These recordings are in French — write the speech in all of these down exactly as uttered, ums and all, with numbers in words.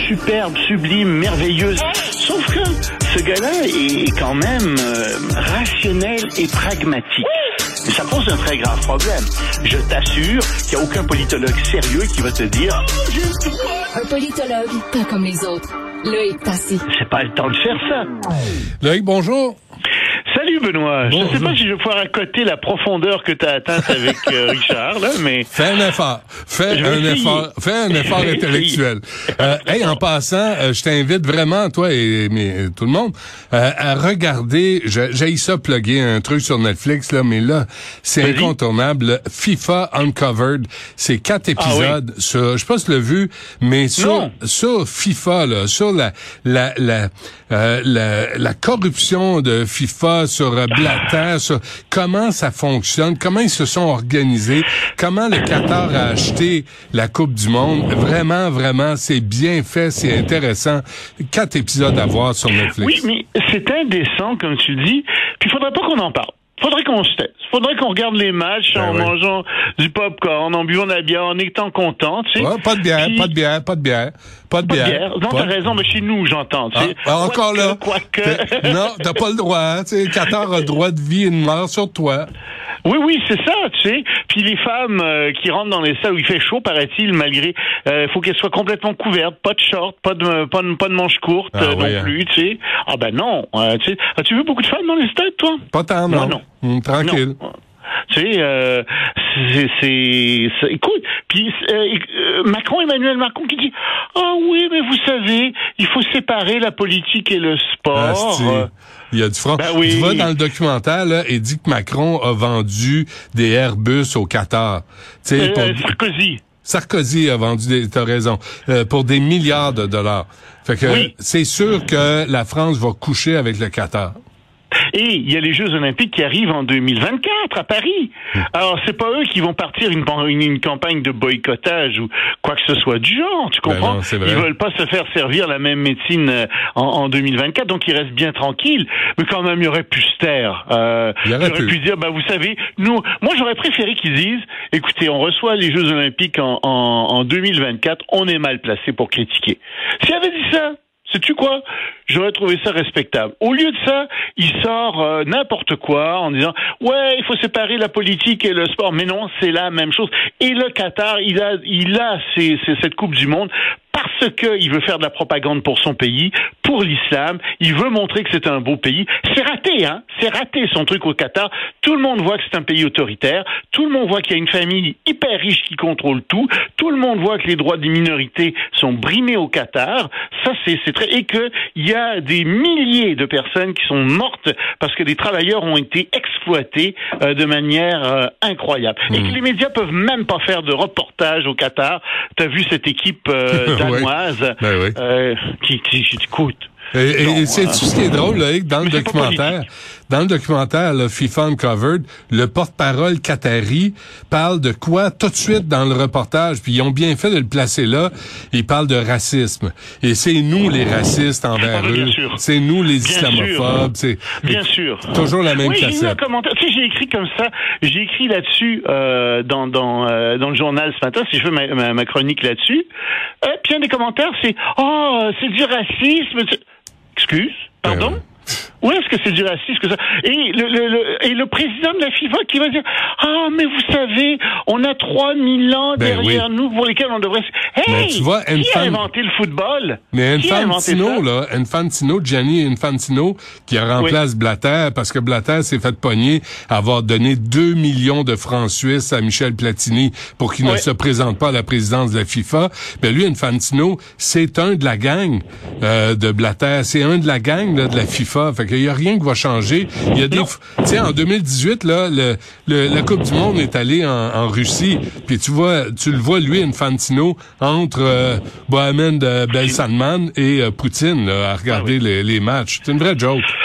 superbe, sublime, merveilleuse. Sauf que ce gars-là est quand même euh, rationnel et pragmatique. Et ça pose un très grave problème. Je t'assure qu'il n'y a aucun politologue sérieux qui va te dire « Oh, j'ai le droit !» Un politologue, pas comme les autres. Loïc Tassé. C'est pas le temps de faire ça. Loïc, bonjour. Salut Benoît. Bonjour. Je ne sais pas si je vais pouvoir accoter la profondeur que tu as atteinte avec euh, Richard, là, mais... Fais un effort. Fais Je un vais essayer. effort. Fais un effort Je vais intellectuel. Euh, hey, en passant, euh, je t'invite vraiment, toi et, mais, tout le monde, euh, à regarder, je- j'ai ça plugger un truc sur Netflix, là, mais là, c'est Vas-y. incontournable. FIFA Uncovered. C'est quatre épisodes Ah oui. sur, je sais pas si tu l'as vu, mais sur, Non. sur FIFA, là, sur la, la, la, euh, la, la corruption de FIFA, sur euh, Blatter, sur comment ça fonctionne, comment ils se sont organisés, comment le Qatar a acheté la Coupe du Monde. Vraiment, vraiment, c'est bien fait, c'est intéressant. Quatre épisodes à voir sur Netflix. Oui, mais c'est indécent, comme tu dis, puis il faudrait pas qu'on en parle. Faudrait qu'on se taise. Faudrait qu'on regarde les matchs Ben en oui. mangeant du popcorn, en buvant de la bière, en étant content, tu sais. Ouais, pas de bière, Puis- pas de bière, pas de bière, pas de Pas de bière. bière. Non, Pas t'as de- raison, mais chez nous, j'entends, tu Ah, sais. ah, encore là. Quoique, Fait- quoique. Non, t'as pas le droit. Tu sais, le Qatar a le droit de vie et de mort sur toi. Oui, oui, c'est ça, tu sais. Puis les femmes euh, qui rentrent dans les salles où il fait chaud, paraît-il, malgré, euh, faut qu'elles soient complètement couvertes, pas de short, pas de pas de, pas de manches courtes Ah euh, oui, non hein. plus, tu sais. Ah ben non, euh, tu sais. As-tu vu beaucoup de femmes dans les stades, toi? Pas tant, non. Non, non. Hum, tranquille. Non. Tu sais, euh, c'est, c'est, c'est- écoute, puis euh, euh, Macron, Emmanuel Macron qui dit, ah oui, mais vous savez, il faut séparer la politique et le sport. Asti. Euh, Il y a du front. Ben oui. Tu vois, dans le documentaire, là, il dit que Macron a vendu des Airbus au Qatar. Tu sais, euh, pour... Sarkozy. Sarkozy a vendu des, t'as raison, euh, pour des milliards de dollars. Fait que Oui. c'est sûr que la France va coucher avec le Qatar. Et il y a les Jeux Olympiques qui arrivent en deux mille vingt-quatre à Paris. Alors c'est pas eux qui vont partir une, une, une campagne de boycottage ou quoi que ce soit du genre, tu Ben comprends? non, c'est vrai. Ils veulent pas se faire servir la même médecine euh, en, en deux mille vingt-quatre, donc ils restent bien tranquilles. Mais quand même, il aurait pu se taire. Euh, Il aurait pu. pu dire, bah vous savez, nous, moi j'aurais préféré qu'ils disent, écoutez, on reçoit les Jeux Olympiques en, en, en deux mille vingt-quatre, on est mal placé pour critiquer. S'il avait dit ça, sais-tu quoi? J'aurais trouvé ça respectable. Au lieu de ça, il sort euh, n'importe quoi en disant « Ouais, il faut séparer la politique et le sport. » Mais non, c'est la même chose. Et le Qatar, il a, il a ces, ces, cette Coupe du Monde parce qu'il veut faire de la propagande pour son pays, pour l'islam. Il veut montrer que c'est un beau pays. C'est raté, hein? C'est raté son truc au Qatar. Tout le monde voit que c'est un pays autoritaire. Tout le monde voit qu'il y a une famille hyper riche qui contrôle tout. Tout le monde voit que les droits des minorités sont brimés au Qatar. Ça, c'est, c'est très... Et qu'il y a des milliers de personnes qui sont mortes parce que des travailleurs ont été exploités euh, de manière euh, incroyable. Mmh. Et que les médias peuvent même pas faire de reportage au Qatar. T'as vu cette équipe euh, danoise Ben oui. euh, qui, qui, qui écoute. Et, et, Non, et c'est euh, tout ce qui est drôle, là, dans le mais c'est pas documentaire. politique. Dans le documentaire, là, FIFA Uncovered, le porte-parole qatari parle de quoi tout de suite dans le reportage, puis ils ont bien fait de le placer là. Il parle de racisme. Et c'est nous les racistes envers Ah, bien eux. sûr. C'est nous les Bien islamophobes. C'est Bien sûr. toujours la même Oui, j'ai eu un cassette. commentaire. Tu sais, j'ai écrit comme ça. J'ai écrit là-dessus euh, dans dans euh, dans le journal ce matin. Si je fais ma, ma, ma chronique là-dessus. Euh, puis un des commentaires, c'est oh, c'est du racisme. C'est... Excuse, pardon. Ben ouais. Où est-ce que c'est du racisme que ça? Et le, le, le, et le président de la FIFA qui va dire ah mais vous savez on a trois mille ans Ben derrière oui. nous pour lesquels on devrait hey Mais tu vois, qui a Infan- inventé le football? Mais Qui a inventé Infantino, ça? là, Infantino, Gianni Infantino, qui remplace Blatter, parce que Blatter s'est fait pogner à avoir donné deux millions de francs suisses à Michel Platini pour qu'il ne Ouais. se présente pas à la présidence de la FIFA. Ben lui, Infantino, c'est un de la gang euh, de Blatter. C'est un de la gang là, de la FIFA. Fait qu'il y a rien qui va changer. Il y a des, Non. tu sais, en deux mille dix-huit, là, le, le, la Coupe du Monde est allée en, en Russie. Puis tu vois, tu le vois, lui, Infantino, entre euh, Mohamed euh, Belsalman et euh, Poutine, là, à regarder Ah oui. les, les matchs. C'est une vraie joke.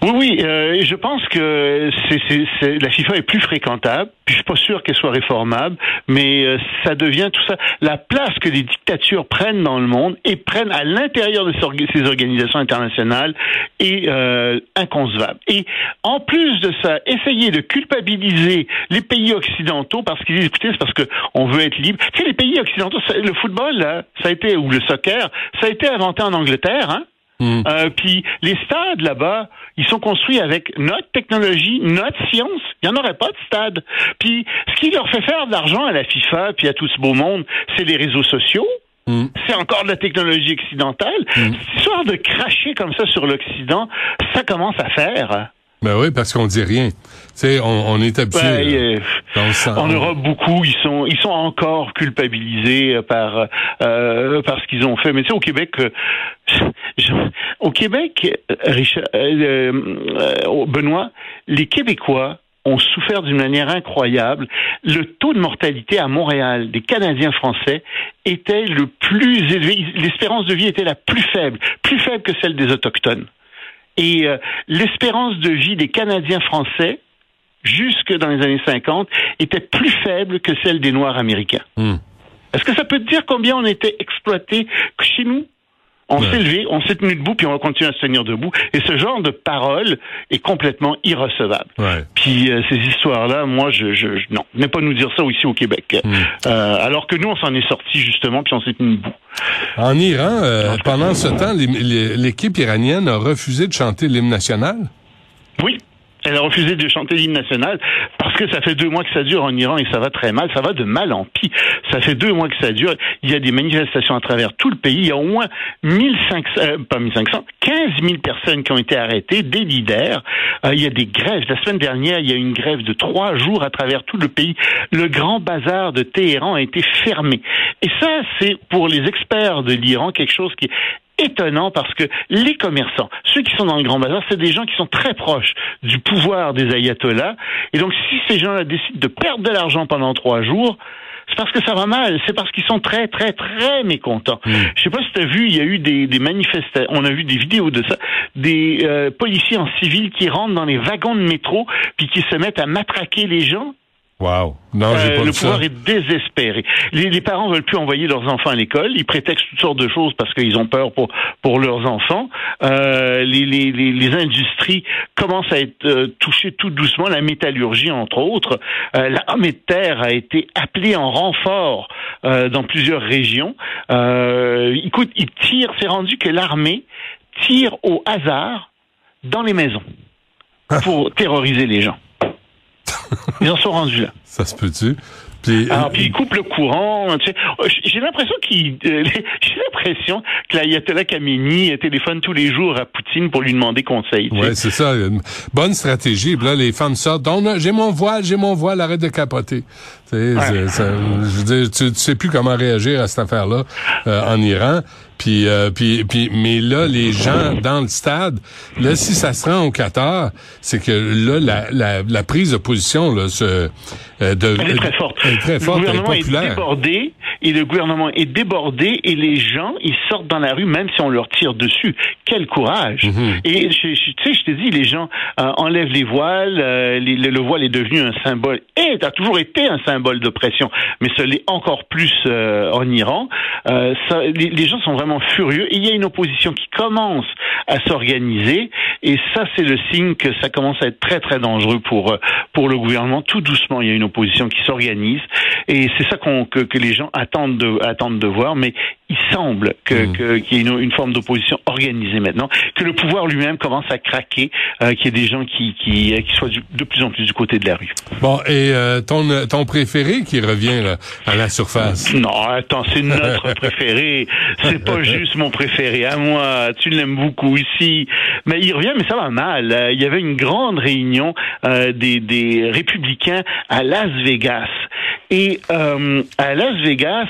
Oui, oui, euh, et je pense que c'est, c'est, c'est, la FIFA est plus fréquentable, puis je suis pas sûr qu'elle soit réformable, mais euh, ça devient tout ça, la place que les dictatures prennent dans le monde et prennent à l'intérieur de ces organisations internationales est euh, inconcevable. Et en plus de ça, essayer de culpabiliser les pays occidentaux parce qu'ils disent, écoutez, c'est parce que on veut être libre. Tu sais, les pays occidentaux, ça, le football, là, ça a été, ou le soccer, ça a été inventé en Angleterre, hein. Mmh. Euh, puis les stades là-bas, ils sont construits avec notre technologie, notre science. Il n'y en aurait pas de stade. Puis ce qui leur fait faire de l'argent à la FIFA puis à tout ce beau monde, c'est les réseaux sociaux. Mmh. C'est encore de la technologie occidentale. Mmh. Cette histoire de cracher comme ça sur l'Occident, ça commence à faire. Ben oui, parce qu'on dit rien. Tu sais, on, on est habitué. Ben, euh, en Europe, beaucoup, ils sont, ils sont encore culpabilisés par, euh, par ce qu'ils ont fait. Mais tu sais, au Québec, euh, je, au Québec, Richard, euh, euh, Benoît, les Québécois ont souffert d'une manière incroyable. Le taux de mortalité à Montréal des Canadiens français était le plus élevé. L'espérance de vie était la plus faible, plus faible que celle des Autochtones. Et euh, l'espérance de vie des Canadiens français, jusque dans les années cinquante, était plus faible que celle des Noirs américains. Mmh. Est-ce que ça peut te dire combien on était exploités chez nous? On ouais. s'est levé, on s'est tenu debout, puis on va continuer à se tenir debout. Et ce genre de parole est complètement irrecevable. Ouais. Puis euh, ces histoires-là, moi, je, je, je non, venez pas nous dire ça ici au Québec. Mmh. Euh, alors que nous, on s'en est sortis justement, puis on s'est tenu debout. En Iran, euh, pendant ce temps, l'équipe iranienne a refusé de chanter l'hymne national? Oui. Elle a refusé de chanter l'hymne national parce que ça fait deux mois que ça dure en Iran et ça va très mal. Ça va de mal en pis. Ça fait deux mois que ça dure. Il y a des manifestations à travers tout le pays. Il y a au moins mille cinq cents, euh, pas mille cinq cents, quinze mille personnes qui ont été arrêtées, des leaders. Euh, il y a des grèves. La semaine dernière, il y a eu une grève de trois jours à travers tout le pays. Le grand bazar de Téhéran a été fermé. Et ça, c'est pour les experts de l'Iran quelque chose qui est étonnant parce que les commerçants, ceux qui sont dans le Grand Bazar, c'est des gens qui sont très proches du pouvoir des ayatollahs. Et donc, si ces gens-là décident de perdre de l'argent pendant trois jours, c'est parce que ça va mal. C'est parce qu'ils sont très, très, très mécontents. Mmh. Je sais pas si tu as vu, il y a eu des, des manifestations, on a vu des vidéos de ça, des euh, policiers en civil qui rentrent dans les wagons de métro puis qui se mettent à matraquer les gens. Wow. Non, j'ai euh, pas le vu pouvoir ça. est désespéré. Les, les parents veulent plus envoyer leurs enfants à l'école. Ils prétextent toutes sortes de choses parce qu'ils ont peur pour pour leurs enfants. Euh, les, les, les, les industries commencent à être euh, touchées tout doucement. La métallurgie, entre autres. Euh, l'armée de terre a été appelée en renfort euh, dans plusieurs régions. Euh, écoute, ils tirent. C'est rendu que l'armée tire au hasard dans les maisons pour terroriser les gens. Ils en sont rendus là. Ça se peut-tu? Puis, Alors, puis ils coupent le courant. Tu sais, j'ai l'impression qu'il, euh, j'ai l'impression que l'ayatollah Khamenei téléphone tous les jours à Poutine pour lui demander conseil. Ouais, c'est ça. Une bonne stratégie. Puis là, les femmes sortent. Donc, j'ai mon voile, j'ai mon voile, arrête de capoter. Tu sais, ouais. ça, je veux dire, tu, tu sais plus comment réagir à cette affaire-là euh, en Iran. Puis, euh, puis, puis, mais là, les gens dans le stade, là, si ça se rend au Qatar, c'est que là, la, la, la prise de position, là, se, euh, de, elle est très forte. Elle est très forte, le gouvernement elle est populaire. est débordé, et le gouvernement est débordé, et les gens, ils sortent dans la rue, même si on leur tire dessus. Quel courage! Mm-hmm. Et je, je, tu sais, je te dis, les gens euh, enlèvent les voiles, euh, les, le, le voile est devenu un symbole, et a toujours été un symbole d'oppression, mais ce l'est encore plus euh, en Iran. Euh, ça, les, les gens sont vraiment furieux et il y a une opposition qui commence à s'organiser et ça c'est le signe que ça commence à être très très dangereux pour pour le gouvernement. Tout doucement il y a une opposition qui s'organise et c'est ça qu'on que, que les gens attendent de attendent de voir, mais il semble que, mmh. que qu'il y ait une, une forme d'opposition organisée maintenant, que le pouvoir lui-même commence à craquer, euh, qu'il y ait des gens qui qui qui soient du, de plus en plus du côté de la rue. Bon, et euh, ton ton préféré qui revient là, à la surface. Non, attends, c'est notre préféré. C'est pas juste mon préféré à moi. Tu l'aimes beaucoup ici, mais il revient, mais ça va mal. Il y avait une grande réunion euh, des des républicains à Las Vegas Et euh, à Las Vegas,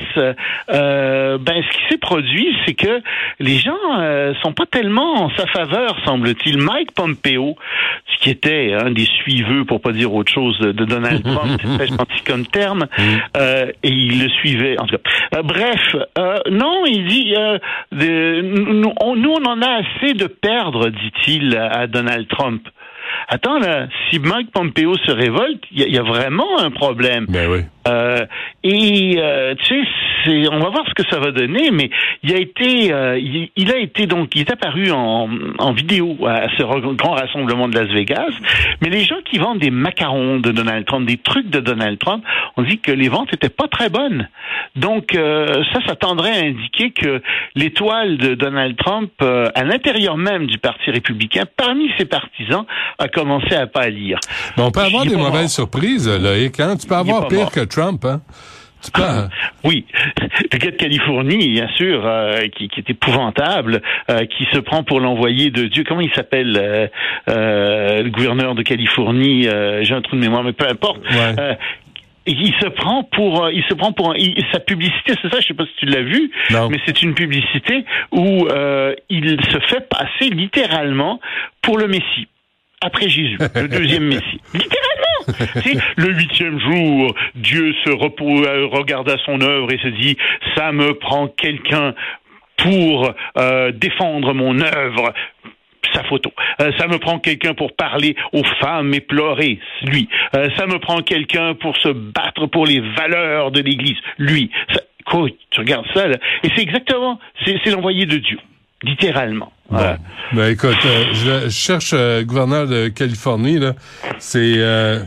euh, ben ce qui s'est produit, c'est que les gens euh, sont pas tellement en sa faveur, semble-t-il. Mike Pompeo, ce qui était un des suiveux, pour pas dire autre chose, de Donald Trump, c'est très gentil comme terme, euh, et il le suivait, en tout cas. Euh, bref, euh, non, il dit, euh, de, nous, on, nous, on en a assez de perdre, dit-il à, à Donald Trump. Attends, là, si Mike Pompeo se révolte, il y, y a vraiment un problème. Ben oui. Euh, et euh, tu sais, c'est, on va voir ce que ça va donner, mais il a été, euh, il, il a été donc, il est apparu en, en vidéo à ce grand rassemblement de Las Vegas. Mais les gens qui vendent des macarons de Donald Trump, des trucs de Donald Trump, on dit que les ventes étaient pas très bonnes. Donc euh, ça, ça tendrait à indiquer que l'étoile de Donald Trump, euh, à l'intérieur même du Parti républicain, parmi ses partisans, a commencé à pâlir. Mais on peut avoir des mauvaises mort. surprises, Loïc. Hein? Tu peux avoir pire mort. que Trump, hein? Tu peux... Ah, oui, le gars de Californie, bien sûr, euh, qui, qui est épouvantable, euh, qui se prend pour l'envoyé de Dieu. Comment il s'appelle, euh, euh, le gouverneur de Californie? Euh, j'ai un trou de mémoire, mais peu importe. Ouais. Euh, il se prend pour, il se prend pour il, sa publicité, c'est ça, je sais pas si tu l'as vu, non. mais c'est une publicité où euh, il se fait passer littéralement pour le Messie. Après Jésus, le deuxième Messie. Littéralement! C'est le huitième jour, Dieu se repose, regarde à son œuvre et se dit, ça me prend quelqu'un pour euh, défendre mon œuvre. Sa photo. Euh, ça me prend quelqu'un pour parler aux femmes et pleurer. Lui. Euh, ça me prend quelqu'un pour se battre pour les valeurs de l'Église. Lui. Ça, écoute, tu regardes ça, là, et c'est exactement, c'est, c'est l'envoyé de Dieu. Littéralement. Bon. Voilà. Ben écoute, euh, je, je cherche euh, gouverneur de Californie, là. C'est euh,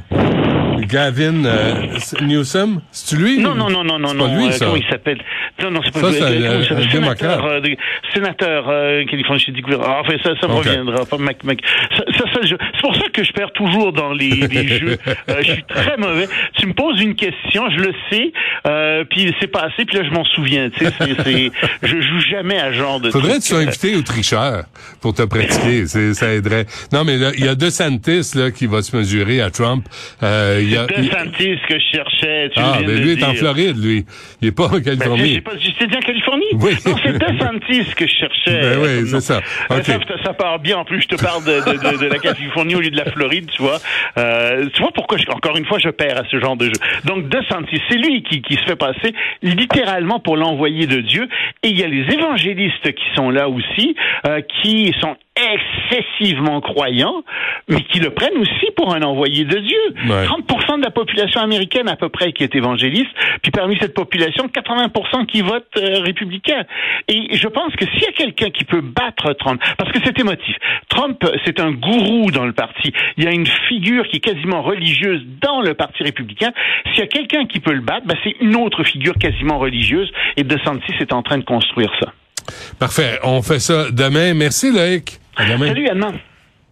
Gavin euh, Newsom. C'est-tu lui? Non, non, non, non, non, non. Lui, euh, ça. comment il s'appelle? Non, non, c'est pas ça, lui. c'est Euh, un, c'est un démocrate. Euh, de, sénateur euh, californien, je dis gouverneur. Enfin, ça, ça me okay. reviendra. Pas Mac, Mac. Ça, ça, ça, je, c'est pour ça que je perds toujours dans les, les jeux. Euh, je suis très mauvais. Tu me poses une question, je le sais, euh, puis c'est passé, puis là, je m'en souviens. Tu sais, c'est, c'est, je joue jamais à ce genre de. Faudrait que tu sois invité au tricheur pour te pratiquer. C'est, ça aiderait. Non, mais là, il y a DeSantis là qui va se mesurer à Trump. Euh, il y a DeSantis que je cherchais. Tu ah, viens mais de lui dire. est en Floride, lui. Il est pas en Californie. Ben, j'ai pas, j'étais dit en Californie. Oui. Non, c'est DeSantis que je cherchais. Ben oui, c'est non. ça. Okay. ça. Ça part bien. En plus, je te parle de, de, de, de la Californie au lieu de la Floride, tu vois. Euh, tu vois pourquoi, je, encore une fois, je perds à ce genre de jeu. Donc, DeSantis, c'est lui qui, qui se fait passer littéralement pour l'envoyé de Dieu. Et il y a les évangélistes qui sont là aussi, euh, qui sont excessivement croyants, mais qui le prennent aussi pour un envoyé de Dieu. Ouais. trente pour cent de la population américaine à peu près qui est évangéliste, puis parmi cette population, quatre-vingts pour cent qui votent euh, républicain. Et je pense que s'il y a quelqu'un qui peut battre Trump, parce que c'est émotif, Trump, c'est un gourou dans le parti. Il y a une figure qui est quasiment religieuse dans le parti républicain. S'il y a quelqu'un qui peut le battre, ben c'est une autre figure quasiment religieuse, et DeSantis est en train de construire ça. Parfait. On fait ça demain. Merci, Loïc. À demain. Salut, Anne.